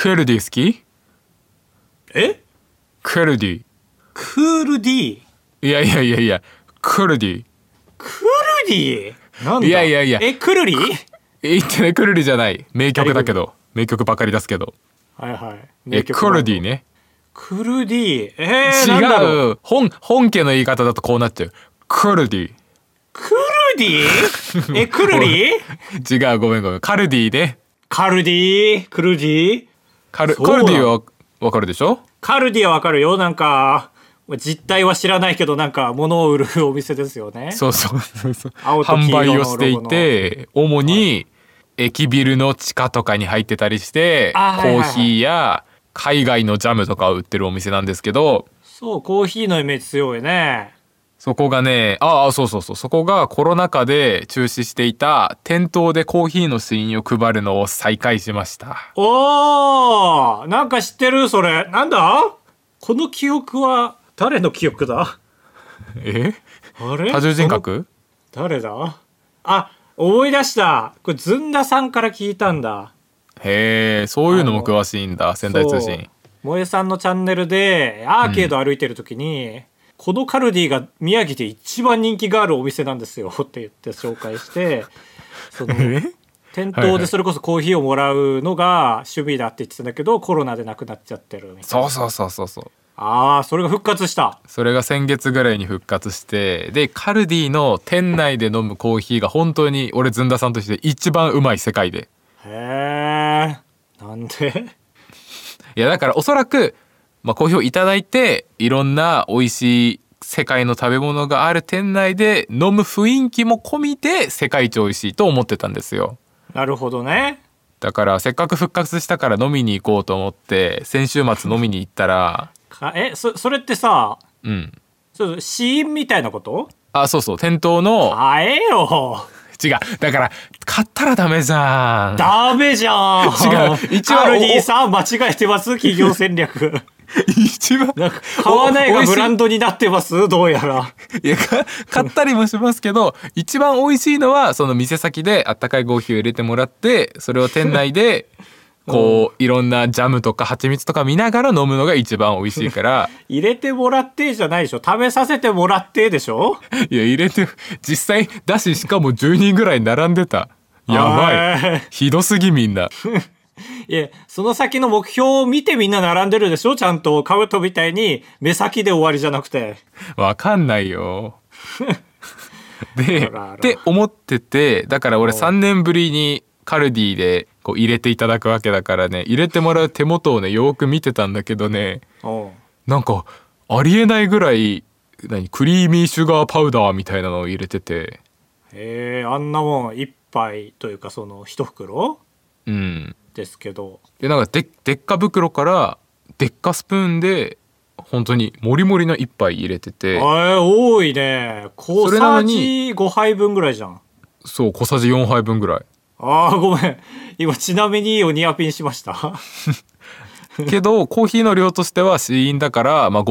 クルディ好き？ えクルディ。 クール D？ いやいやいやいや、クルディ。 クール D？ なんだ？ いやいやいやクルリ？ 言ってね、クルディじゃない。名曲だけど。名曲ばかり出すけど。 はいはい。 クルディね。 クル D？ なんだろう。 違う。本家の言い方だとこうなっちゃう。クルディ。 クルディ？クルリ？ 違う、ごめん。カルディね。 カルディ？クルディ？ カルデそうだィはわかるでしょ？ カルディはわかるよ。なんか実態は知らないけど、なんか物を売るお店ですよね。 そう販青と黄色の売をしていて、主に駅ビルの地下とかに入ってたりして、コーヒーや海外のジャムとかを売ってるお店なんですけど、 そう、コーヒーのイメージ強いね。 そこがね、そうそこがコロナ禍で中止していた店頭でコーヒーの試飲を配るのを再開しました。 おー、なんか知ってるそれ。なんだ？この記憶は誰の記憶だ？あれ？ 多重人格？ 誰だ？あ、思い出した。これずんださんから聞いたんだ。 へえ、そういうのも詳しいんだ、仙台通信。 萌えさんのチャンネルでアーケード歩いてる時に、このカルディが宮城で一番人気があるお店なんですよって言って紹介して、その店頭でそれこそコーヒーをもらうのが趣味だって言ってたんだけど、コロナでなくなっちゃってるみたいな。 そう。 ああ、それが復活した。 それが先月ぐらいに復活して、でカルディの店内で飲むコーヒーが本当に俺ずんださんとして一番うまい、世界で。 へえ、なんで？ いやだからおそらく、コーヒーをいただいていろんな美味しい世界の食べ物がある店内で飲む雰囲気も込みで世界一美味しいと思ってたんですよ。 なるほどね。 だからせっかく復活したから飲みに行こうと思って先週末飲みに行ったらそれってさ、 そう試飲みたいなこと？ そう店頭の買えよ。 違う、だから買ったらダメじゃん。 ダメじゃん。 違う、 カルディさん間違えてます、企業戦略。 一番なんか買わないがブランドになってます、どうやら。 いや買ったりもしますけど、一番美味しいのはその店先であったかいコーヒーを入れてもらって、それを店内でこういろんなジャムとか蜂蜜とか見ながら飲むのが一番美味しいから入れてもらってじゃないでしょ、食べさせてもらってでしょ。 いや入れて、実際だし、しかも10人ぐらい並んでた。やばい、ひどすぎみんな。 いや、その先の目標を見てみんな並んでるでしょ、ちゃんと。カブトみたいに目先で終わりじゃなくて。 わかんないよでって思ってて、だから俺3年ぶりにカルディでこう入れていただくわけだからね、入れてもらう手元をねよく見てたんだけどね、なんかありえないぐらいクリーミーシュガーパウダーみたいなのを入れてて、 あんなもん一杯というかその一袋ですけど、 でなんかでっか袋からでっかスプーンで本当にもりもりの一杯入れてて、 多いね。小さじ5杯分ぐらいじゃん。 そう、小さじ4杯分ぐらい。 ごめん、今ちなみにをニアピンしましたけどコーヒーの量としては試飲だから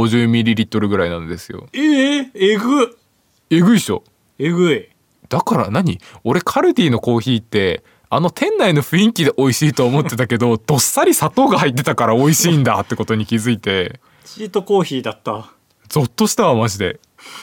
、50ml ぐらいなんですよ。 えぐいっしょ。 えぐい。 だから俺カルディのコーヒーって店内の雰囲気で美味しいと思ってたけどどっさり砂糖が入ってたから美味しいんだってことに気づいて、 チートコーヒーだった。 ゾッとしたわマジで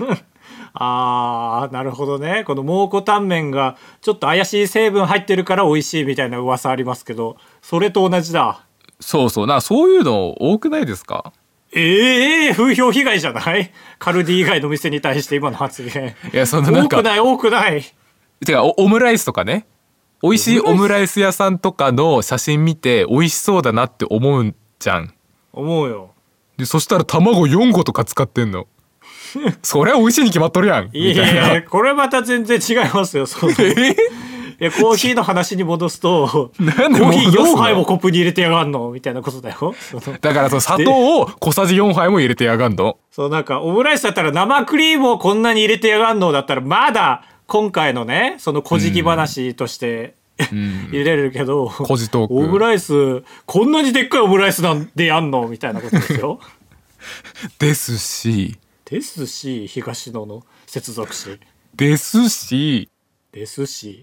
なるほどね。この蒙古タンメンがちょっと怪しい成分入ってるから美味しいみたいな噂ありますけど、それと同じだ。 そうそういうの多くないですか？ 風評被害じゃない？カルディ以外の店に対して今の発言。 いや、そのなんか多くない。 てかオムライスとかね、美味しいオムライス屋さんとかの写真見て美味しそうだなって思うじゃん。 思うよ。 でそしたら卵4個とか使ってんのそりゃ美味しいに決まっとるやんみたいな。 これまた全然違いますよ。コーヒーの話に戻すとコーヒー4杯もコップに入れてやがんのみたいなことだよ。 だから砂糖を小さじ4杯も入れてやがんの。 なんかオムライスだったら生クリームをこんなに入れてやがんのだったらまだ今回のね、その小じき話として、入れるけど、 小じトーク、 オムライスこんなにでっかいオムライスなんでやんのみたいなことですよですし東野の接続詞ですし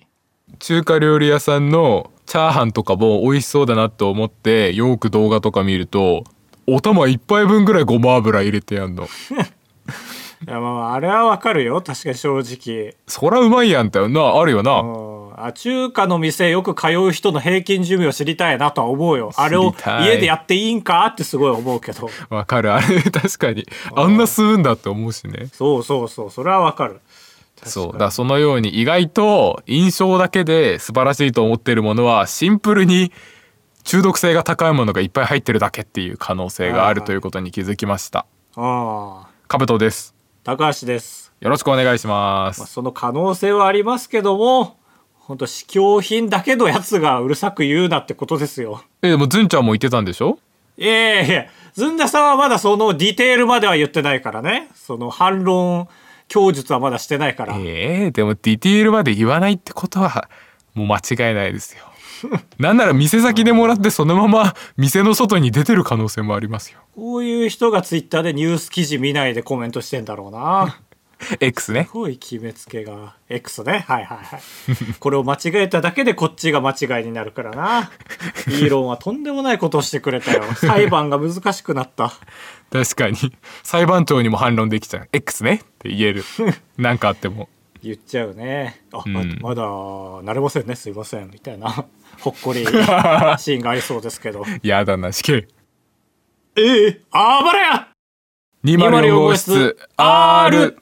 中華料理屋さんのチャーハンとかも美味しそうだなと思ってよく動画とか見ると、お玉一杯分ぐらいごま油入れてやんの。 いやまああれはわかるよ、確かに正直。 そらうまいやんってな、あるよな。 中華の店よく通う人の平均寿命を知りたいなとは思うよ。あれを家でやっていいんかってすごい思うけど。 わかる、あれ確かにあんな吸うんだって思うしね。 そうそうそう、それはわかる。 そうだ、そのように意外と印象だけで素晴らしいと思っているものはシンプルに中毒性が高いものがいっぱい入ってるだけっていう可能性があるということに気づきました。カブトです。 高橋です。 よろしくお願いします。 その可能性はありますけども、本当試供品だけのやつがうるさく言うなってことですよ。 でもずんちゃんも言ってたんでしょ。 いやずんださんはまだそのディテールまでは言ってないからね。その反論供述はまだしてないから。 でもディテールまで言わないってことはもう間違いないですよ。なんなら店先でもらってそのまま店の外に出てる可能性もありますよ。 こういう人がツイッターでニュース記事見ないでコメントしてんだろうな。 X ね。 すごい決めつけが X ね。はいはいはい。これを間違えただけでこっちが間違いになるからな。イーロンはとんでもないことをしてくれたよ。裁判が難しくなった。 確かに裁判長にも反論できちゃう。 X ねって言える。なんかあっても言っちゃうね。まだ慣れませんね、すいませんみたいなほっこりシーンがありそうですけど。 やだな、死刑。 あばらや 204号室 R。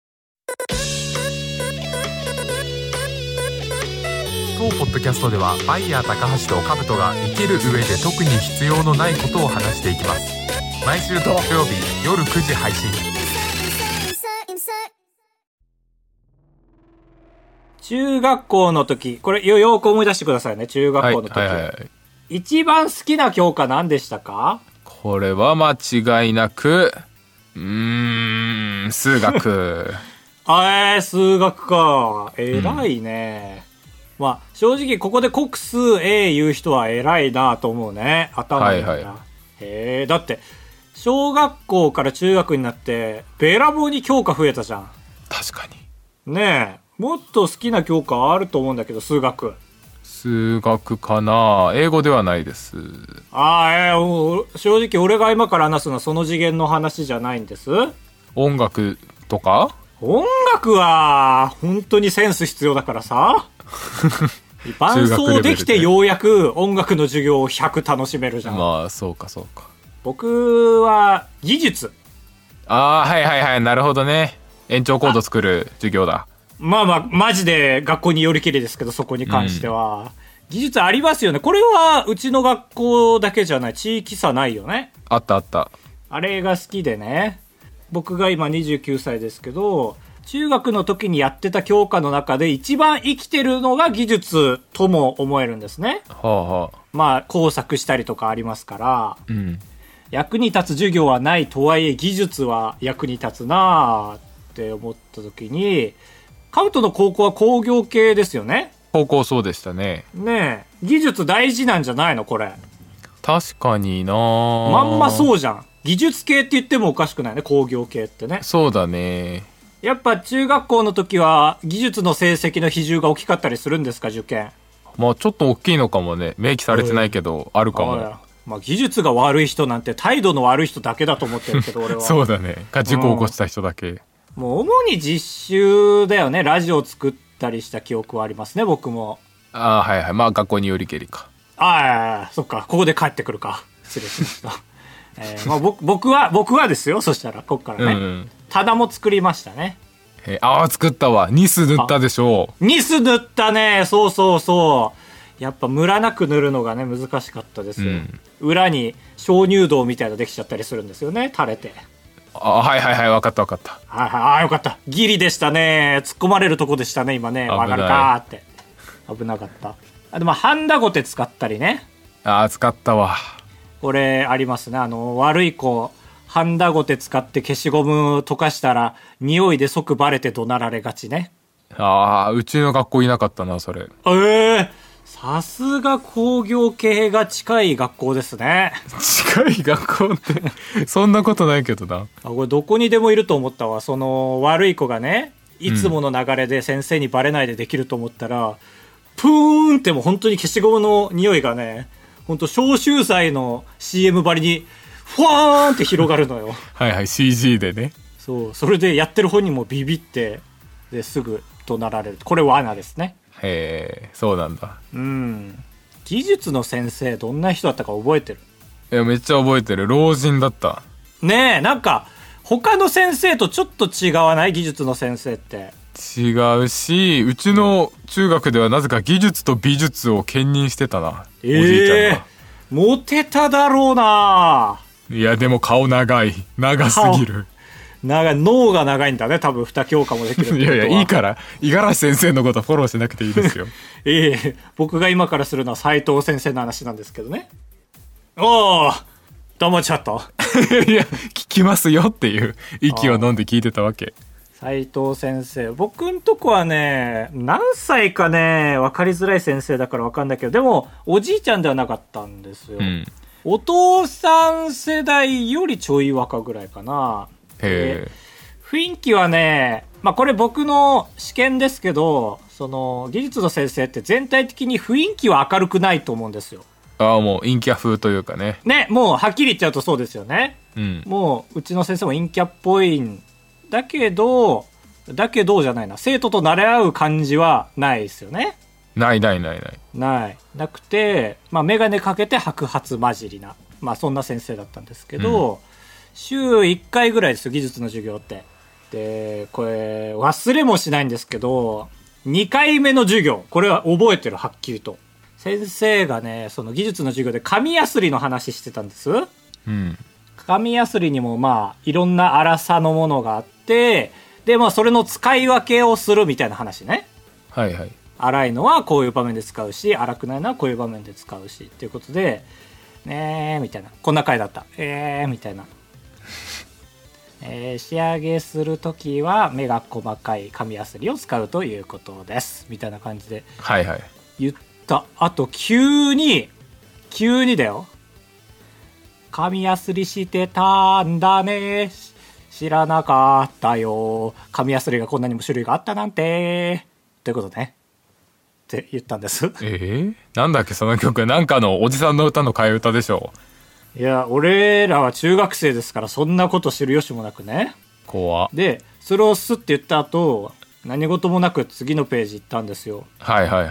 当ポッドキャストではバイヤー高橋とカブトが生きる上で特に必要のないことを話していきます。毎週土曜日夜9時配信。 中学校の時、これよく思い出してくださいね。中学校の時、一番好きな教科何でしたか？ これは間違いなく数学。 数学か。偉いね。まあ正直ここで国数 A 言う人は偉いなと思うね。頭いいな。だって小学校から中学になってべらぼうに教科増えたじゃん。 確かにねえ。もっと好きな教科あると思うんだけど。数学かな。英語ではないです。 正直俺が今から話すのはその次元の話じゃないんです。 音楽とか。 音楽は本当にセンス必要だからさ。伴奏できてようやく音楽の授業を100楽しめるじゃん。 まあそうか。 僕は技術。 はいなるほどね。延長コード作る授業だ。 マジで学校によりきりですけど、そこに関しては、技術ありますよね。これはうちの学校だけじゃない、地域差ないよね。 あった。 あれが好きでね。僕が今29歳ですけど、中学の時にやってた教科の中で一番生きてるのが技術とも思えるんですね。工作したりとかありますから、役に立つ授業はないとはいえ技術は役に立つなーって思った時に、カブトの高校は工業系ですよね。 高校そうでしたね。 ねえ、技術大事なんじゃないのこれ。 確かにな。 まんまそうじゃん。技術系って言ってもおかしくないね、工業系ってね。 そうだね。 やっぱ中学校の時は技術の成績の比重が大きかったりするんですか、受験。 ちょっと大きいのかもね。明記されてないけど、あるかも。 技術が悪い人なんて態度の悪い人だけだと思ってるけど俺は。そうだね。事故を起こした人だけ。 もう主に実習だよね。ラジオを作ったりした記憶はありますね、僕も。 学校によりけりか。 そっか。ここで帰ってくるか。失礼しました。僕はですよ。そしたらこっからね、棚も作りましたね。 作ったわ。ニス塗ったでしょう。ニス塗ったね。そうやっぱムラなく塗るのがね難しかったですよ、裏に鍾乳洞みたいなのできちゃったりするんですよね、垂れて。 分かった。 よかった。ギリでしたね。突っ込まれるとこでしたね今ね。わかるかって。危なかった。でもハンダゴテ使ったりね。 使ったわ。 これありますね。悪い子ハンダゴテ使って消しゴム溶かしたら匂いで即バレて怒鳴られがちね。 うちの学校いなかったなそれ。 さすが工業系が近い学校ですね。 近い学校ってそんなことないけどな。 これどこにでもいると思ったわ。その悪い子がねいつもの流れで先生にバレないでできると思ったら、 プーンってもう本当に消しゴムの匂いがね、本当消臭剤の CM ばりにフワーンって広がるのよはいはい、 CG でね。 そう、それでやってる本人もビビって、ですぐ怒鳴られる。これ罠ですね。 へえ、そうなんだ。 うん。技術の先生どんな人だったか覚えてる？ いや、めっちゃ覚えてる。老人だった。 ねえ、なんか他の先生とちょっと違わない？技術の先生って違うし、うちの中学ではなぜか技術と美術を兼任してたな、おじいちゃんが。 モテただろうな。 いやでも顔長すぎる。 脳が長いんだね、多分2教科もできるってことは。 いやいや、いいから五十嵐先生のことフォローしなくていいですよ僕が今からするのは斉藤先生の話なんですけどね。おー、黙っちゃったいや、聞きますよっていう息を飲んで聞いてたわけ。 斉藤先生、僕んとこはね、何歳かね、分かりづらい先生だから分かんないけど、でもおじいちゃんではなかったんですよ、お父さん世代よりちょい若ぐらいかな。 へえ。 雰囲気はね、まあこれ僕の試験ですけど、その技術の先生って全体的に雰囲気は明るくないと思うんですよ。 ああ、もう陰キャ風というかね。 ね、もうはっきり言っちゃうとそうですよね。もううちの先生も陰キャっぽいんだけどじゃないな、生徒と慣れ合う感じはないですよね。 ないなくて、まあ眼鏡かけて白髪混じりな、まあそんな先生だったんですけど、週1回ぐらいですよ、技術の授業って。で、これ忘れもしないんですけど、2回目の授業、これは覚えてる、はっきりと。先生がね、その技術の授業で紙やすりの話してたんです。紙やすりにもまあいろんな粗さのものがあって、でまあそれの使い分けをするみたいな話ね。 はいはい。 粗いのはこういう場面で使うし、粗くないのはこういう場面で使うしっていうことで、ねーみたいな、こんな回だった。みたいな。仕上げするときは目が細かい紙やすりを使うということですみたいな感じで言った後、急にだよ、紙やすりしてたんだね、知らなかったよ、紙やすりがこんなにも種類があったなんてということねって言ったんです。 なんだっけその曲、なんかのおじさんの歌の替え歌でしょ。 いや、俺らは中学生ですからそんなこと知る由もなくね。 怖っ。 でそれをスッて言った後、何事もなく次のページ行ったんですよ。 はいはい。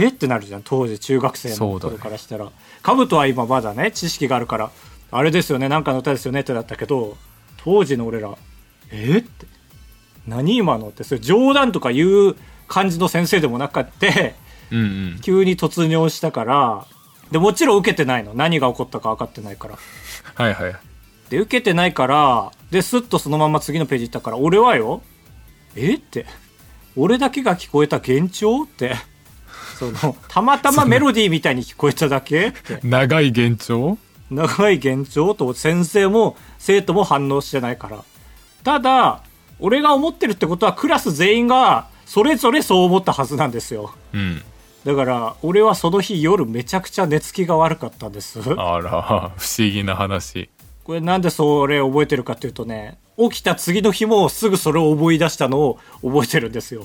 ってなるじゃん、当時中学生の頃からしたら。カブトは今まだね知識があるからあれですよね、なんかの歌ですよねってだったけど、当時の俺らって何今のって、それ冗談とかいう感じの先生でもなかった急に突入したから。でもちろん受けてないの、何が起こったか分かってないから。 はいはい。 で受けてないから、でスッとそのまま次のページ行ったから、俺はよって俺だけが聞こえた幻聴ってそのたまたまメロディーみたいに聞こえただけって長い幻聴と先生も生徒も反応してないから。ただ俺が思ってるってことはクラス全員がそれぞれそう思ったはずなんですよ。だから俺はその日夜めちゃくちゃ寝つきが悪かったんです。 あら、不思議な話。 これなんでそれ覚えてるかっていうとね、起きた次の日もすぐそれを思い出したのを覚えてるんですよ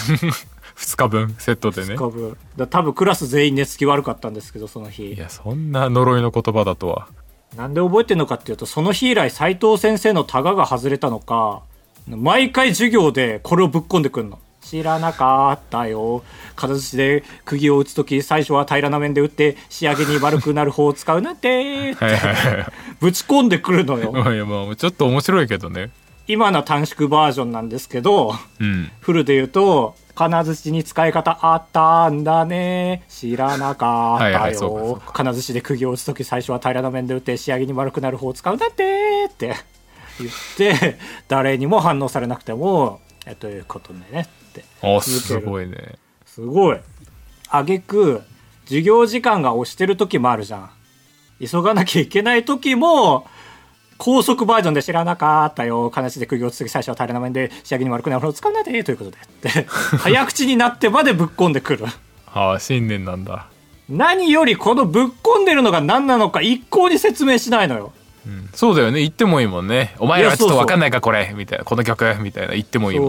2日分セットでね。 2日分だ、多分クラス全員寝つき悪かったんですけど、その日。 いや、そんな呪いの言葉だとは。 なんで覚えてるのかっていうと、その日以来斉藤先生のタガが外れたのか、毎回授業でこれをぶっ込んでくんの。知らなかったよ、金槌で釘を打つとき最初は平らな面で打って仕上げに悪くなる方を使うなんてぶち込んでくるのよ。 いや、まあちょっと面白いけどね。 今の短縮バージョンなんですけど、フルで言うと、金槌に使い方あったんだね、知らなかったよ、金槌で釘を打つとき最初は平らな面で打って仕上げに悪くなる方を使うなんてって言って誰にも反応されなくてもということでねってすごいね。 すごい。挙句授業時間が押してる時もあるじゃん。急がなきゃいけない時も高速バージョンで知らなかったよ、金槌で釘を打つとき最初は平らな面で仕上げに悪くなる方を使うなんてということでって早口になってまでぶっ込んでくる。 信念なんだ。 何よりこのぶっ込んでるのが何なのか一向に説明しないのよ。 そうだよね、言ってもいいもんね。お前らはちょっと分かんないかこれみたいな、この曲みたいな言ってもいいもん。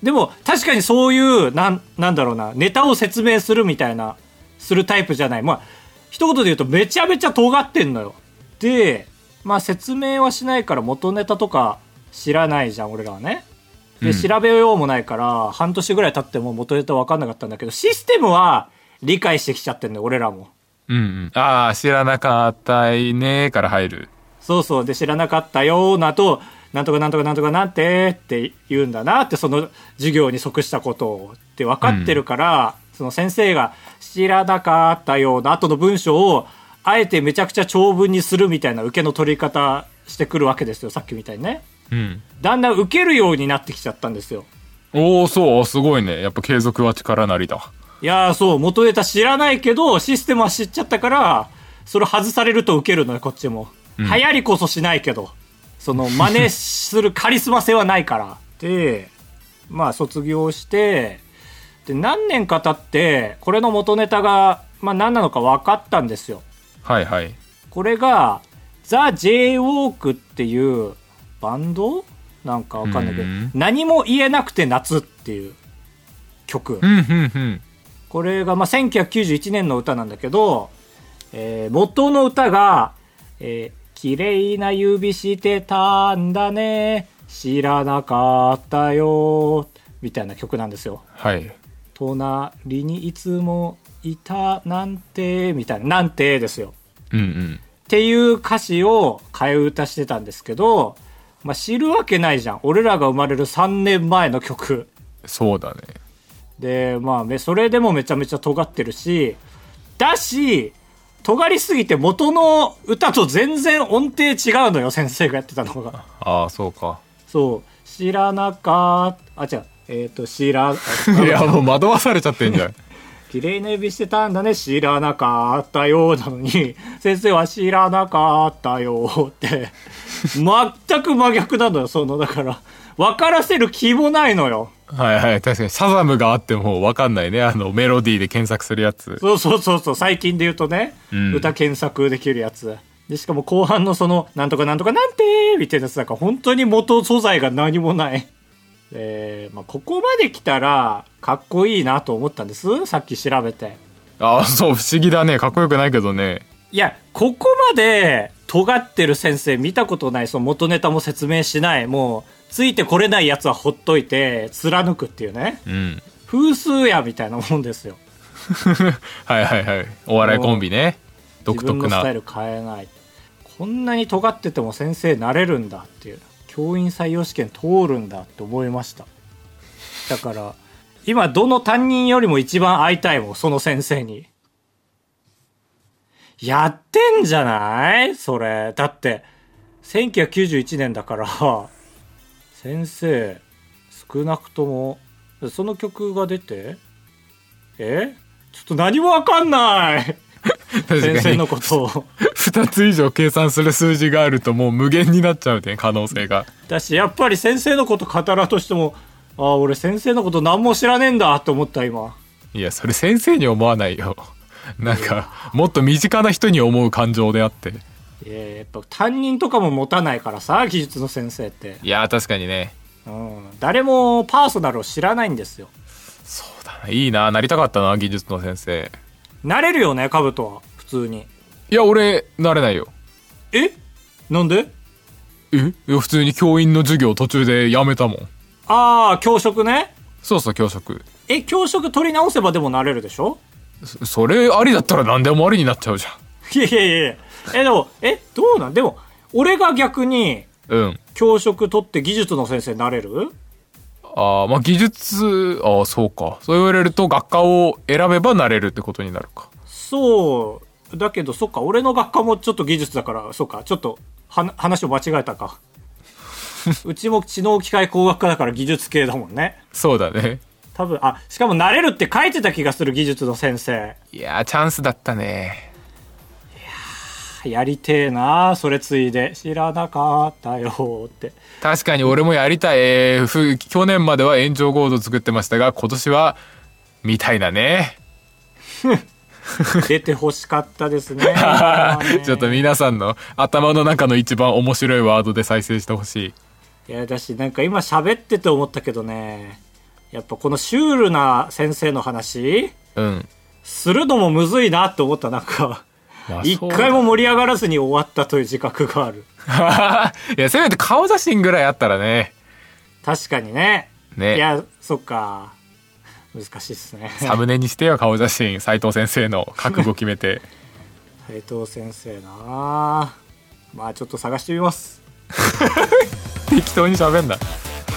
でも確かにそういうなんだろうな、ネタを説明するみたいなするタイプじゃない。まあ一言で言うとめちゃめちゃ尖ってんのよ。でまあ説明はしないから元ネタとか知らないじゃん俺らはね。で調べようもないから半年ぐらい経っても元ネタ分かんなかったんだけど、システムは理解してきちゃってんのよ俺らも。 うんうん。ああ、知らなかったねから入る。 そうそう。で知らなかったよなと、なんとかなんとかなんとかなんてって言うんだなって、その授業に即したことをって分かってるから、その先生が知らなかったような後の文章をあえてめちゃくちゃ長文にするみたいな受けの取り方してくるわけですよ、さっきみたいにね。 うん。 だんだん受けるようになってきちゃったんですよ。 おお、そうすごいね。やっぱ継続は力なりだ。 いやー、そう元ネタ知らないけどシステムは知っちゃったから、それ外されると受けるのよこっちも、流行りこそしないけどその真似するカリスマ性はないからで、まあ卒業してで何年か経ってこれの元ネタが、まあ、何なのか分かったんですよ。 はいはい。 これがザ・J-Walk っていうバンドなんか分かんないけど、何も言えなくて夏っていう曲、これがまあ1991年の歌なんだけど、元の歌が、綺麗な指してたんだね知らなかったよみたいな曲なんですよ。 はい。 隣にいつもいたなんてみたいな、なんてですよ。 うんうん。 っていう歌詞を替え歌してたんですけど、まあ、知るわけないじゃん俺らが生まれる3年前の曲そうだね。 でまあそれでもめちゃめちゃ尖ってるし、だし尖りすぎて元の歌と全然音程違うのよ先生がやってたのが。 ああそうか。 そう知らなかあ違う知らいやもう惑わされちゃってんじゃん。 綺麗な指してたんだね知らなかったよなのに先生は知らなかったよって全く真逆なのよ。そのだから分からせる気もないのよ。 はいはい、確かにシャザムがあっても分かんないね、あのメロディーで検索するやつ。 そう最近で言うとね、歌検索できるやつで、しかも後半のそのなんとかなんとかなんてみたいなやつだから本当に元素材が何もない。まあ、ここまで来たらかっこいいなと思ったんです、さっき調べて。 ああそう、不思議だね。かっこよくないけどね。 いやここまで尖ってる先生見たことない。その元ネタも説明しない、もうついてこれないやつはほっといて貫くっていうね、風数やみたいなもんですよ。 はいはいはい、お笑いコンビね、独特な自分のスタイル変えない。こんなに尖ってても先生なれるんだっていう、教員採用試験通るんだって思いました。だから今どの担任よりも一番会いたいもん、その先生に。やってんじゃないそれ。だって1991年だから先生少なくともその曲が出てちょっと何もわかんない先生のことを 2つ以上計算する数字があるともう無限になっちゃうね、可能性が。 だしやっぱり先生のこと語らうとしても、俺先生のこと何も知らねえんだって思った今。 いやそれ先生に思わないよ。なんかもっと身近な人に思う感情であって。 やっぱ担任とかも持たないからさ、技術の先生って。 いや確かにね、 誰もパーソナルを知らないんですよ。 そうだな、いいな、なりたかったな技術の先生。 なれるよね、カブトは普通に。 いや俺なれないよ。 なんで？ いや普通に教員の授業途中でやめたもん。 教職ね。 そうそう教職。 教職取り直せばでもなれるでしょ。 それありだったら何でもありになっちゃうじゃん。 いやでもどうなん？でも俺が逆に教職取って技術の先生になれる？ まあ技術、そうか、そう言われると学科を選べばなれるってことになるか。 そうだけど、そっか、俺の学科もちょっと技術だから、そっか、ちょっと話を間違えたか。うちも知能機械工学科だから技術系だもんね。 そうだね、 多分。しかもなれるって書いてた気がする、技術の先生。 いやーチャンスだったね。 やりてえな、それついで。知らなかったよって。 確かに俺もやりたい。去年までは炎上コード作ってましたが、今年はみたいなね。 出て欲しかったですね。 ちょっと皆さんの頭の中の一番面白いワードで再生してほしい。 いやだし、なんか今喋ってて思ったけどね、 やっぱこのシュールな先生の話、 うん、 するのもむずいなって思った。なんか一回も盛り上がらずに終わったという自覚がある。 いやせめて顔写真ぐらいあったらね。 確かにね。いやそっか、難しいっすね。 サムネにしてよ顔写真、斉藤先生の覚悟決めて。 斉藤先生な、まあちょっと探してみます。 適当に喋んな。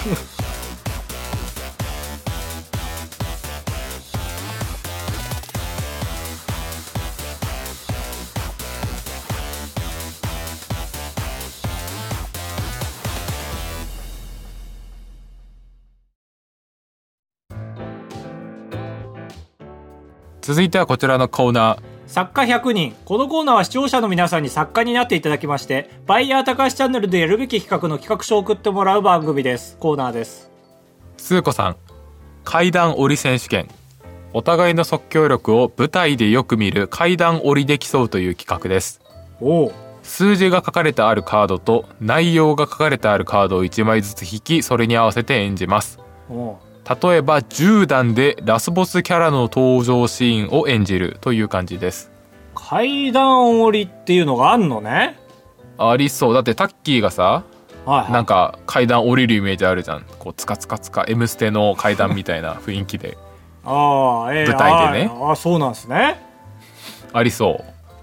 続いてはこちらのコーナー、 作家100人。このコーナーは視聴者の皆さんに作家になっていただきまして、バイヤー高橋チャンネルでやるべき企画の企画書を送ってもらう番組です。コーナーです。 スー子さん、階段折り選手権。お互いの即興力を舞台でよく見る階段折りで競うという企画です。数字が書かれてあるカードと内容が書かれてあるカードを1枚ずつ引き、それに合わせて演じます。例えば10段でラスボスキャラの登場シーンを演じるという感じです。 階段折りっていうのがあんのね。 ありそう。だってタッキーがさ、なんか階段降りるイメージあるじゃん。こうツカツカツカ M ステの階段みたいな雰囲気で舞台でね。 そうなんですね。 ありそう。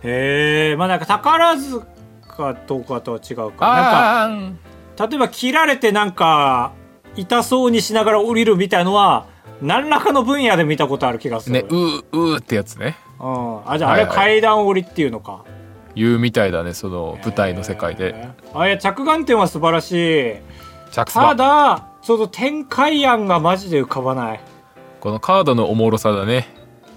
へえ。まあなんか宝塚とかとは違うか。なんか例えば切られてなんか痛そうにしながら降りるみたいのは何らかの分野で見たことある気がするね。 うーってやつね。 じゃああれ階段降りっていうのか。 言うみたいだね、その舞台の世界で。 いや着眼点は素晴らしい。 ただちょっと展開案がマジで浮かばない。 このカードのおもろさだね。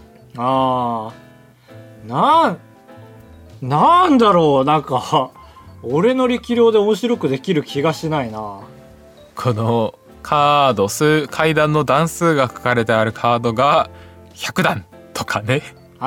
なんだろう、なんか俺の力量で面白くできる気がしないな。 このカード階段の段数が書かれてあるカードが100段とかね。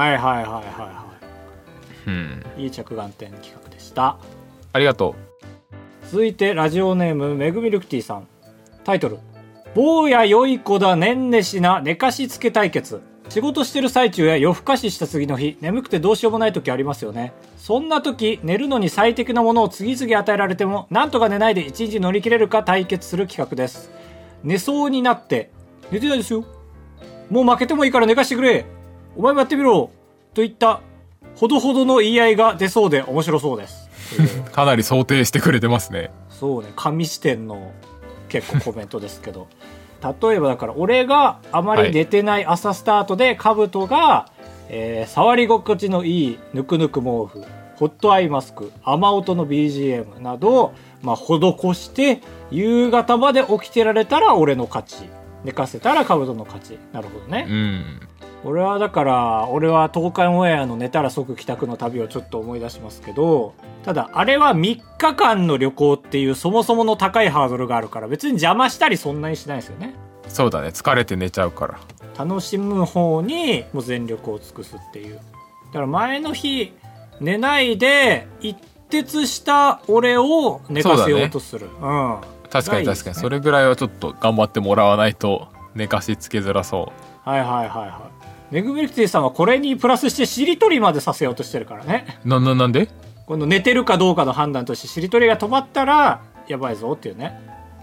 いい着眼点企画でした。 ありがとう。続いてラジオネームめぐみルクティさん。タイトル、坊や良い子だねんねしな寝かしつけ対決。仕事してる最中や夜更かしした次の日、眠くてどうしようもない時ありますよね。そんな時、寝るのに最適なものを次々与えられてもなんとか寝ないで一日乗り切れるか対決する企画です。寝そうになって、寝てないですよ、もう負けてもいいから寝かしてくれ、お前もやってみろといったほどほどの言い合いが出そうで面白そうです。 かなり想定してくれてますね。 そうね、神視点の結構コメントですけど例えばだから俺があまり寝てない朝スタートで、カブトが、触り心地のいいぬくぬく毛布、ホットアイマスク、雨音の BGM など、施して夕方まで起きてられたら俺の勝ち、寝かせたらカブトの勝ち。なるほどね。俺は東海オンエアの寝たら即帰宅の旅をちょっと思い出しますけど、ただあれは3日間の旅行っていうそもそもの高いハードルがあるから、別に邪魔したりそんなにしないですよね。 そうだね、疲れて寝ちゃうから。 楽しむ方にもう全力を尽くすっていう。だから前の日寝ないで一徹した俺を寝かせようとする。 確かにそれぐらいはちょっと頑張ってもらわないと寝かしつけづらそう。 メグミルクティさんはこれにプラスしてしりとりまでさせようとしてるからね。 なんで？ この寝てるかどうかの判断としてしりとりが止まったらやばいぞっていうね。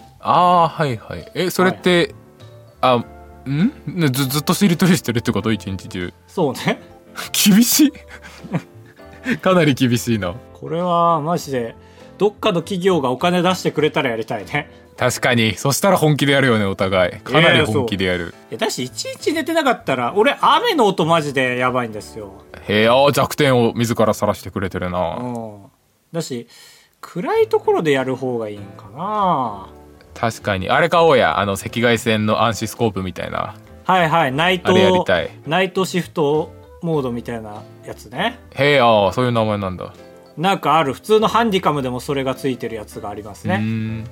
それって、ずっとしりとりしてるってこと？一日中。 そうね。 厳しい。かなり厳しいな。 これはマジでどっかの企業がお金出してくれたらやりたいね。 確かに。そしたら本気でやるよね、お互い。かなり本気でやる。 だし、いちいち寝てなかったら、俺、雨の音マジでやばいんですよ。 弱点を自ら晒してくれてるな。 だし、暗いところでやる方がいいんかな。 確かに。あれ買おうや。赤外線の暗視スコープみたいな。 ナイト、 あれやりたい。 ナイトシフトモードみたいなやつね。 そういう名前なんだ。 なんかある。普通のハンディカムでもそれがついてるやつがありますね。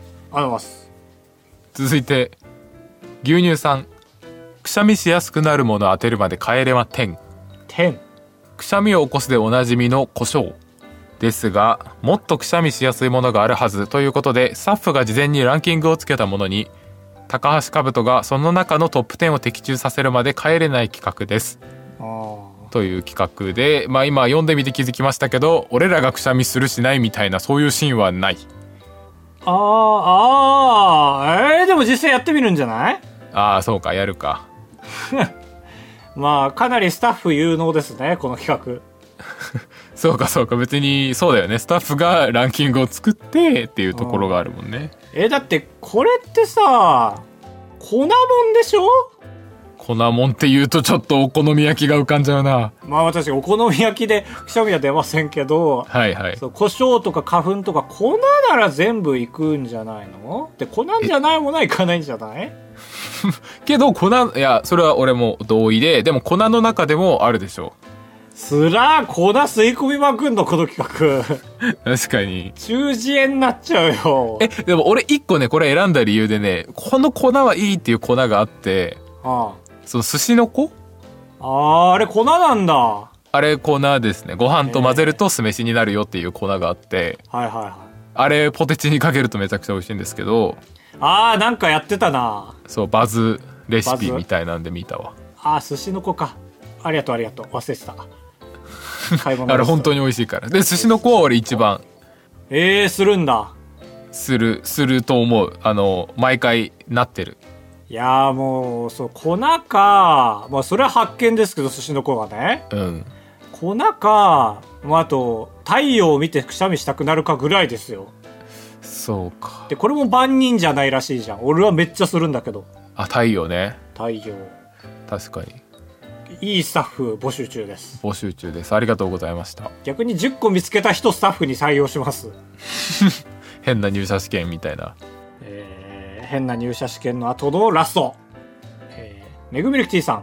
続いて牛乳さん。くしゃみしやすくなるもの当てるまで帰れま10。くしゃみを起こすでおなじみの胡椒ですが、もっとくしゃみしやすいものがあるはずということで、スタッフが事前にランキングをつけたものに高橋兜がその中のトップ10を的中させるまで帰れない企画です。という企画で、まあ今読んでみて気づきましたけど、俺らがくしゃみするしないみたいなそういうシーンはない。 でも実際やってみるんじゃない？ そうか、やるか。 まあかなりスタッフ有能ですね、この企画。 そうかそうか、別にそうだよね、スタッフがランキングを作ってっていうところがあるもんね。 だってこれってさ、粉もんでしょ？ 粉もんって言うとちょっとお好み焼きが浮かんじゃうな。 まあ私お好み焼きでくしゃみは出ませんけど、 はいはい、 そう胡椒とか花粉とか粉なら全部いくんじゃないの？で粉じゃないものはいかないんじゃない？ けど粉、いやそれは俺も同意で、でも粉の中でもあるでしょ。 すら粉吸い込みまくんのこの企画。 確かに中耳炎になっちゃうよ。 でも俺一個ねこれ選んだ理由でね、この粉はいいっていう粉があって、その寿司の粉、 あれ粉なんだ。 あれ粉ですね。ご飯と混ぜると酢飯になるよっていう粉があって、あれポテチにかけるとめちゃくちゃ美味しいんですけど。 なんかやってたな。 そうバズレシピみたいなんで見たわ。 寿司の粉か。ありがとう忘れてた。 買い物あれ本当に美味しいから。で寿司の粉は俺一番するんだ。 すると思う。毎回なってる。 いやもうそう粉か、まあそれは発見ですけど、寿司の粉はね、粉か、あと太陽を見てくしゃみしたくなるかぐらいですよ。 そうか。 でこれも万人じゃないらしいじゃん。俺はめっちゃするんだけど。 太陽ね。 太陽確かにいいスタッフ募集中です。 募集中です。ありがとうございました。 逆に10個見つけた人スタッフに採用します。 変な入社試験みたいな。 変な入社試験の後のラスト、メグミルクティーさん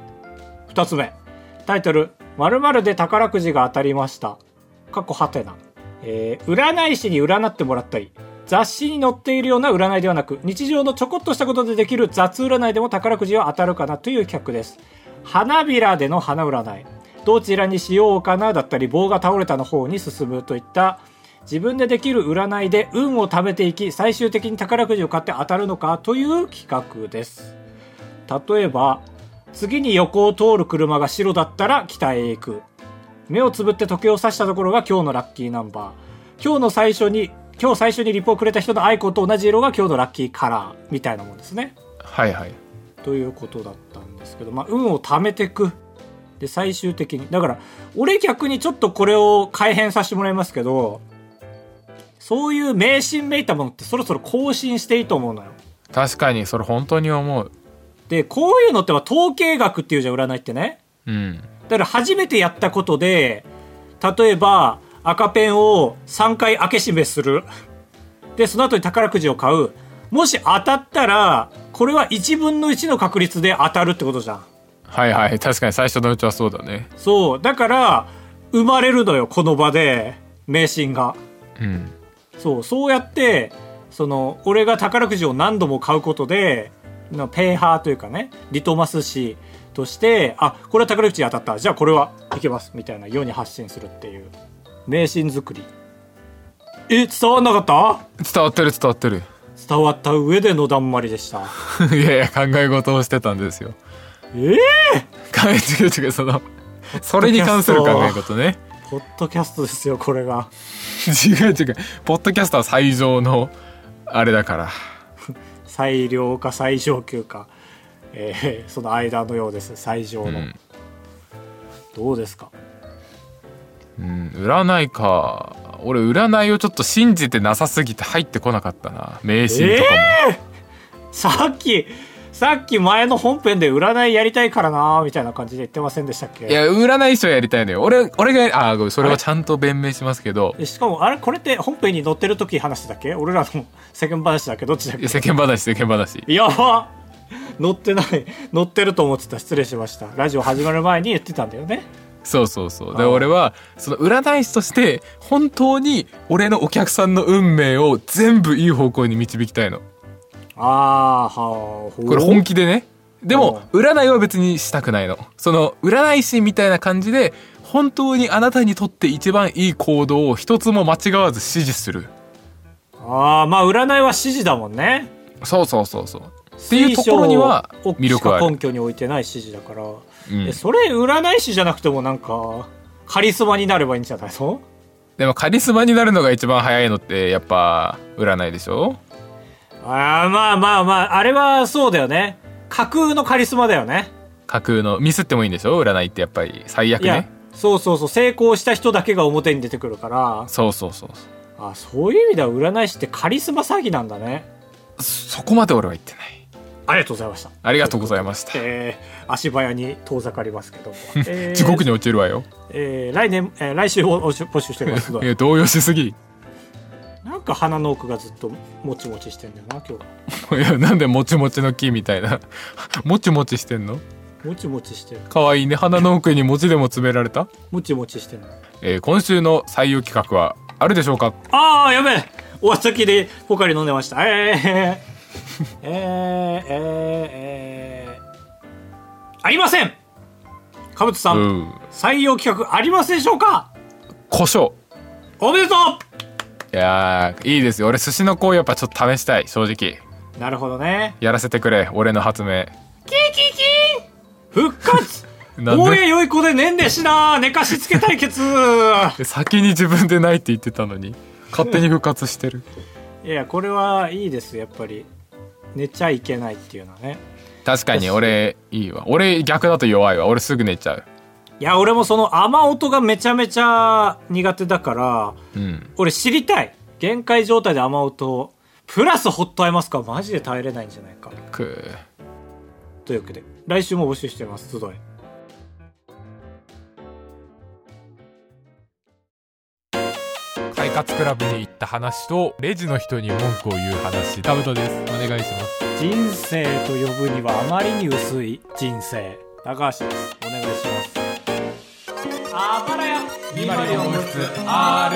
2つ目、タイトル〇〇で宝くじが当たりました（はてな）。占い師に占ってもらったり、雑誌に載っているような占いではなく、日常のちょこっとしたことでできる雑占いでも宝くじは当たるかなという企画です。花びらでの花占い、どちらにしようかなだったり、棒が倒れたの方に進むといった自分でできる占いで運を貯めていき、最終的に宝くじを買って当たるのかという企画です。例えば、次に横を通る車が白だったら北へ行く。目をつぶって時計を指したところが今日のラッキーナンバー。今日最初にリポをくれた人のアイコンと同じ色が今日のラッキーカラーみたいなもんですね。 はいはい。 ということだったんですけど、運を貯めていく。で最終的にだから俺逆にちょっとこれを改変させてもらいますけど、そういう迷信めいたものってそろそろ更新していいと思うのよ。 確かにそれ本当に思う。 でこういうのっては統計学っていうじゃん、占いってね。だから初めてやったことで、例えば赤ペンを3回開け閉めする。でその後に宝くじを買う。もし当たったらこれは1分の1の確率で当たるってことじゃん。 はいはい、確かに最初のうちはそうだね。 そうだから生まれるのよ、この場で迷信が。そうやって俺が宝くじを何度も買うことでペーハーというかね、リトマス紙として、これは宝くじ当たった、じゃあこれはいけますみたいな世に発信するっていう迷信作り。伝わんなかった？ 伝わってる。 伝わった上でのだんまりでした。 いや考え事をしてたんですよ。違うそれに関する考え事ね。 ポッドキャストですよこれが。 違うポッドキャストは最上のあれだから。 最良か最上級か、その間のようです。最上の、どうですか？ 占いか。俺占いをちょっと信じてなさすぎて入ってこなかったな、迷信とかも。さっき前の本編で占いやりたいからなみたいな感じで言ってませんでしたっけ？いや占い師はやりたいのよ。俺がそれはちゃんと弁明しますけど。 しかもこれって本編に載ってる時話したっけ？俺らの世間話だっけ？どっちだっけ？ 世間話。 やば、載ってない。載ってると思ってた。失礼しました。ラジオ始まる前に言ってたんだよね。 そうで俺はその占い師として本当に俺のお客さんの運命を全部いい方向に導きたいの。これ本気でね。でも占いは別にしたくないの。その占い師みたいな感じで本当にあなたにとって一番いい行動を一つも間違わず指示する。 占いは指示だもんね。 そうっていうところには魅力はある。 根拠に置いてない指示だから、 うん、 それ占い師じゃなくてもなんかカリスマになればいいんじゃないの？ でもカリスマになるのが一番早いのってやっぱ占いでしょ。 まあまあまあ、あれはそうだよね。架空のカリスマだよね。 架空のミスってもいいんでしょ占いって。やっぱり最悪ね。 いやそうそうそう、成功した人だけが表に出てくるから。 そうそうそう。 そういう意味では占い師ってカリスマ詐欺なんだね。 そこまで俺は言ってない。 ありがとうございました。 ありがとうございました。 足早に遠ざかりますけども、 地獄に落ちるわよ。 来週を募集してますので。 動揺しすぎ。 なんか鼻の奥がずっともちもちしてんだよな今日。いやなんでもちもちの木みたいなもちもちしてんの？ もちもちしてる。 かわいいね。鼻の奥に餅でも詰められた。 もちもちしてる。 今週の採用企画はあるでしょうか？ やべえ、おわ先でポカリ飲んでました。ありません。かぶとさん、採用企画ありますでしょうか？ 胡椒。 おめでとう。いやいいですよ。俺寿司の子やっぱちょっと試したい、正直。 なるほどね。 やらせてくれ、俺の発明。 キーキーキー復活大江よい子でねんでしな、寝かしつけ対決先に自分でないって言ってたのに勝手に復活してる。 いやこれはいいですやっぱり。寝ちゃいけないっていうのはね。 確かに俺いいわ。俺逆だと弱いわ。俺すぐ寝ちゃう。 いや俺もその雨音がめちゃめちゃ苦手だから、俺知りたい。限界状態で雨音プラスホットアイマスクはマジで耐えれないんじゃないか。というわけで来週も募集してます。集え。 快活クラブに行った話とレジの人に文句を言う話。タブトです。お願いします。 人生と呼ぶにはあまりに薄い人生。高橋です。お願いします。あばらや204号室 R。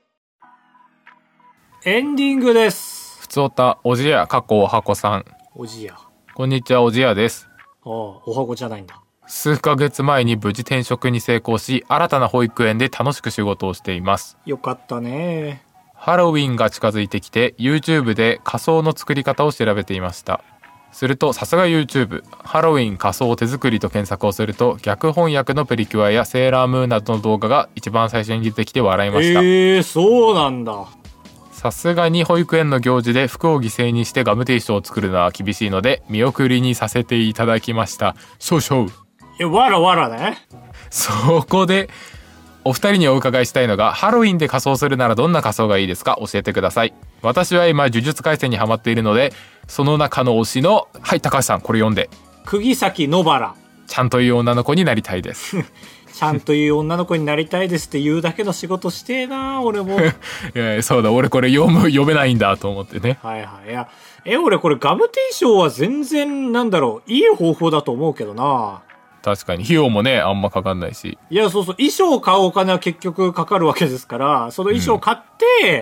エンディングです。 ふつおたおじや過去おはこさん。 おじや。 こんにちは、おじやです。 おはこじゃないんだ。 数ヶ月前に無事転職に成功し、新たな保育園で楽しく仕事をしています。 よかったね。 ハロウィンが近づいてきて YouTube で仮装の作り方を調べていました。するとさすが YouTube、 ハロウィン仮装手作りと検索をすると逆翻訳のプリキュアやセーラームーンなどの動画が一番最初に出てきて笑いました。 そうなんだ。 さすがに保育園の行事で服を犠牲にしてガムテーションを作るのは厳しいので見送りにさせていただきました。少々。 わらわらね。 そこでお二人にお伺いしたいのが、ハロウィンで仮装するならどんな仮装がいいですか？教えてください。私は今呪術廻戦にハマっているので、その中の推しの、はい高橋さんこれ読んで。 釘崎野原。 ちゃんという女の子になりたいですちゃんという女の子になりたいですって言うだけの仕事してえな俺も。いやそうだ、俺これ読めないんだと思ってね。 はいはい。いや俺これガムテーションは全然なんだろう、いい方法だと思うけどな。 確かに費用もねあんまかかんないし。 いやそうそう、衣装を買うお金は結局かかるわけですから、その衣装を買って、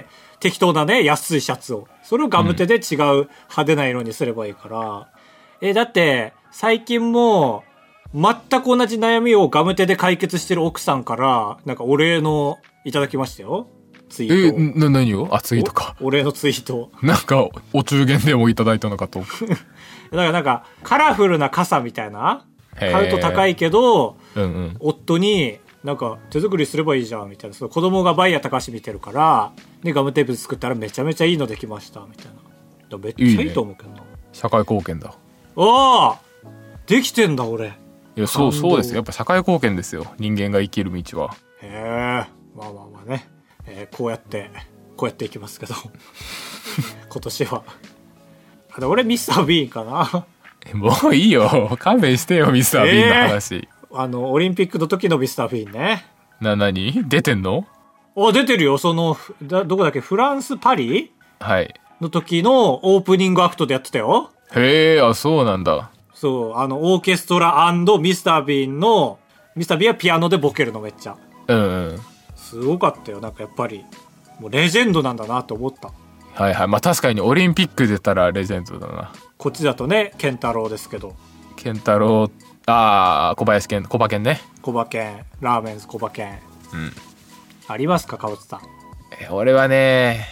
適当なね安いシャツを、それをガムテで違う派手な色にすればいいから。だって最近も全く同じ悩みをガムテで解決してる奥さんからなんかお礼のいただきましたよ、ツイート。 何を？ツイートか。 お礼のツイート。 なんかお中元でもいただいたのかと。だからなんかカラフルな傘みたいな、買うと高いけど、夫になんか手作りすればいいじゃんみたいな。その子供がバイヤー高橋見てるから、でガムテープ作ったらめちゃめちゃいいのできましたみたいな。めっちゃいいと思うけどな。 社会貢献だ。 できてんだ俺。 いやそうですよ。やっぱ社会貢献ですよ、人間が生きる道は。 まあね、こうやっていきますけど今年は俺ミスター・ビーンかな。 もういいよ、勘弁してよミスター・ビーンの話。 オリンピックの時のミスター・ビーンね。 何出てんの？ 出てるよ。そのどこだっけ、フランスパリの時のオープニングアクトでやってたよ。 へえ、そうなんだ。 そう、オーケストラ&ミスター・ビーンの、ミスター・ビーンはピアノでボケるのめっちゃ。すごかったよ。なんかやっぱりもうレジェンドなんだなと思った。 まあ確かにオリンピックで言ったらレジェンドだな。 こっちだとね健太郎ですけど。 健太郎、小林健、小馬健ね。 小馬健、ラーメンズ小馬健。ありますか川内さん？ 俺はね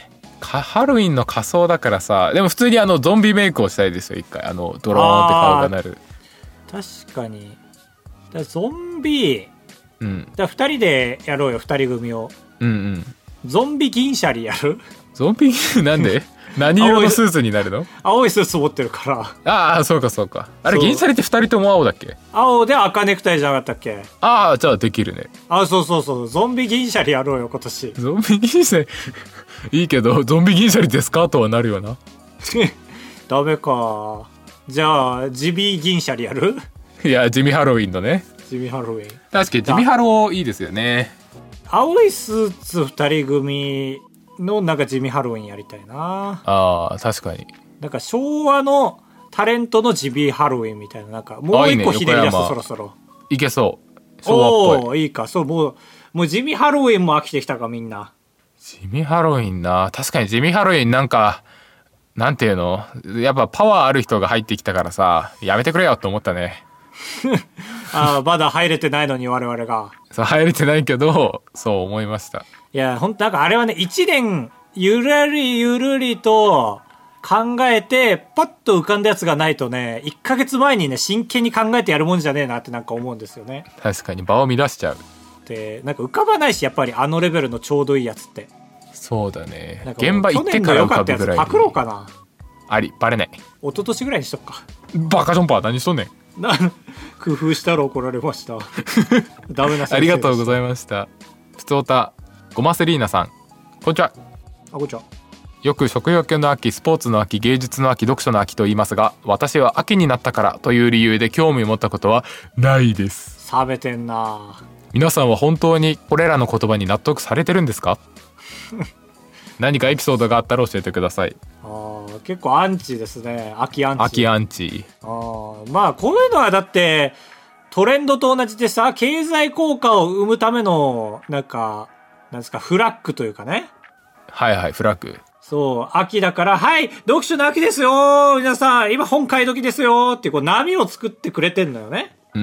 ハロウィンの仮装だからさ、でも普通にゾンビメイクをしたいですよ一回。ドローンって顔がなる。 確かに。だゾンビ、 うん。 だ2人でやろうよ、2人組を。 うんうん。 ゾンビ銀シャリやる？ ゾンビなんで何色のスーツになるの？ 青いスーツ持ってるから。 ああ、そうかそうか。あれ銀シャリって2人とも青だっけ？ 青で赤ネクタイじゃなかったっけ？ ああ、じゃあできるね。 そうそうそう。ゾンビ銀シャリやろうよ今年。 ゾンビ銀シャリいいけど、ゾンビ銀シャリですかとはなるよな。 ダメか。じゃあジビー銀シャリやる？ いや、地味ハロウィンのね。 地味ハロウィン。 確かに地味ハロいいですよね。 青いスーツ2人組のなんか地味ハロウィンやりたいな。 ああ、確かに。 なんか昭和のタレントの地味ハロウィンみたいな、なんかもう一個ひねり出すとそろそろいけそう。昭和っぽい。 いいか。そう、もう地味ハロウィンも飽きてきたかみんな。 地味ハロウィンな。確かに地味ハロウィンなんかなんていうの、やっぱパワーある人が入ってきたからさ、やめてくれよって思ったね。 まだ入れてないのに我々が。 そう、入れてないけど、そう思いました。 いや、ほんとなんかあれはね、1年ゆるりゆるりと考えてパッと浮かんだやつがないとね、1ヶ月前にね真剣に考えてやるもんじゃねえなってなんか思うんですよね。 確かに場を乱しちゃう。 で、なんか浮かばないし、やっぱりあのレベルのちょうどいいやつって。 そうだね。 なんか現場行ってから浮かぶぐらいに。 パクろうかな。 あり、バレない。 一昨年ぐらいにしとくか。 バカジョンパー何しとんねん。 工夫したら怒られました。ダメな先生。 ありがとうございました。ふつおたごまセリーナさん、こんにちは。 こんにちは。 よく食欲の秋、スポーツの秋、芸術の秋、読書の秋と言いますが、私は秋になったからという理由で興味を持ったことはないです。 冷めてんな。 皆さんは本当にこれらの言葉に納得されてるんですか？何かエピソードがあったら教えてください。 結構アンチですね。秋アンチ。 秋アンチ。 まあこういうのはだってトレンドと同じでさ、経済効果を生むためのなんですか、フラッグというかね。 はいはい、フラッグ。 そう、秋だから、はい、読書の秋ですよ皆さん、今本買い時ですよってこう波を作ってくれてんのよね。 うん。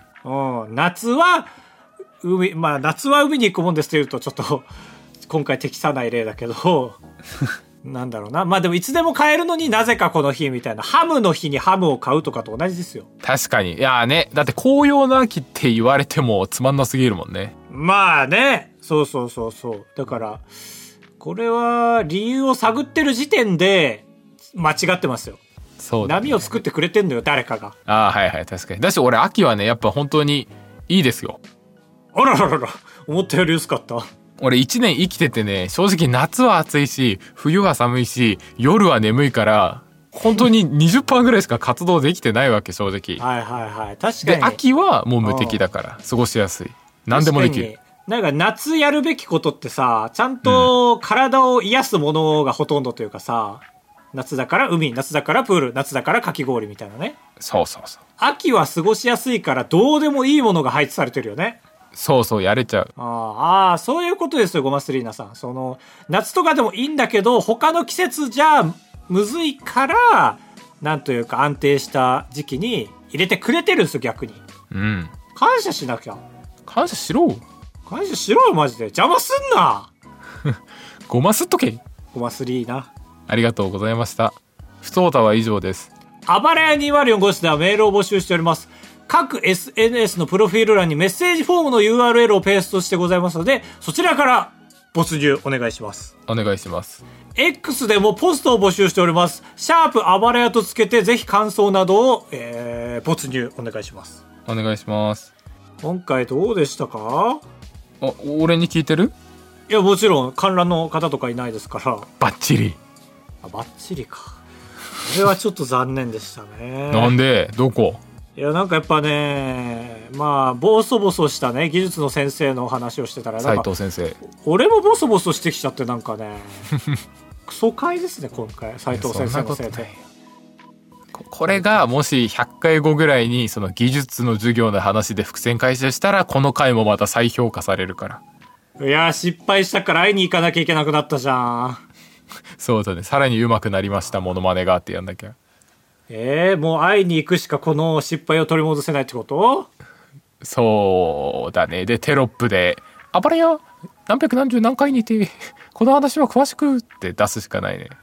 夏は夏は海に行くもんですって言うとちょっと今回適さない例だけどなんだろうな。まあでもいつでも買えるのになぜかこの日みたいな、ハムの日にハムを買うとかと同じですよ。 確かに。いやね、だって紅葉の秋って言われてもつまんなすぎるもんね。 まあね、そうそうそうそう。だからこれは理由を探ってる時点で間違ってますよ。そうだね、波を作ってくれてんのよ誰かが。 はいはい、確かに。だし俺秋はねやっぱ本当にいいですよ。 あらららら、思ったより薄かった。 俺1年生きててね、正直夏は暑いし冬は寒いし夜は眠いから本当に 20% ぐらいしか活動できてないわけ正直。 はいはいはい、確かに。 で秋はもう無敵だから過ごしやすい。何でもできる。 なんか夏やるべきことってさ、ちゃんと体を癒すものがほとんどというかさ、夏だから海、夏だからプール、夏だからかき氷みたいなね。 そうそうそう。 秋は過ごしやすいからどうでもいいものが配置されてるよね。 そうそう、やれちゃう。 そういうことですよ、ゴマスリーナさん。その夏とかでもいいんだけど他の季節じゃむずいから、なんというか安定した時期に入れてくれてるんですよ逆に。 うん。 感謝しなきゃ。 感謝しろ。 感謝しろよマジで。邪魔すんな。 ごますっとけ。 ゴマスリーナ。 ありがとうございました。ふつおたは以上です。 あばらや204号室ではメールを募集しております。各 SNS のプロフィール欄にメッセージフォームの URL をペーストしてございますので、そちらから没入お願いします。 お願いします。 X でもポストを募集しております。シャープあばらやとつけてぜひ感想などを、没入お願いします。 お願いします。 今回どうでしたか？ 俺に聞いてる？ いやもちろん観覧の方とかいないですから。 バッチリ。 バッチリか。これはちょっと残念でしたね。 なんで？どこ？ いやなんかやっぱね、まあボソボソしたね技術の先生の話をしてたら、 斉藤先生、 俺もボソボソしてきちゃって、なんかねクソ回ですね今回斉藤先生のせいで。 これがもし100回後ぐらいにその技術の授業の話で伏線回収したら、この回もまた再評価されるから。 いや失敗したから会いに行かなきゃいけなくなったじゃん。 そうだね、さらに上手くなりましたモノマネがってやんなきゃ。 もう会いに行くしかこの失敗を取り戻せないってこと？ そうだね。でテロップであばらや何百何十何回にてこの話は詳しくって出すしかないね。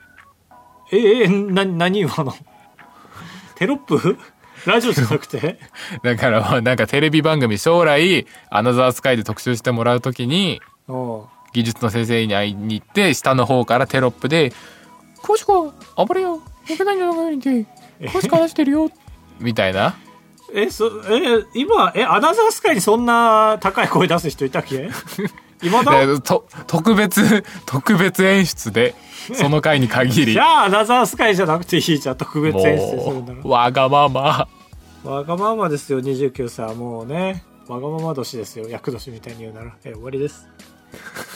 何今のテロップラジオじゃなくてだからなんかテレビ番組将来アナザースカイで特集してもらうときに技術の先生に会いに行って下の方からテロップで詳しくは暴れよいけないんじゃないで詳しく話してるよみたいな。 今アナザースカイにそんな高い声出す人いたっけ今だ特別演出でその回に限りじゃあアナザースカイじゃなくていいじゃん。特別演出するならわがままですよ。29歳もうねわがまま年ですよ。厄年みたいに言うなら終わりです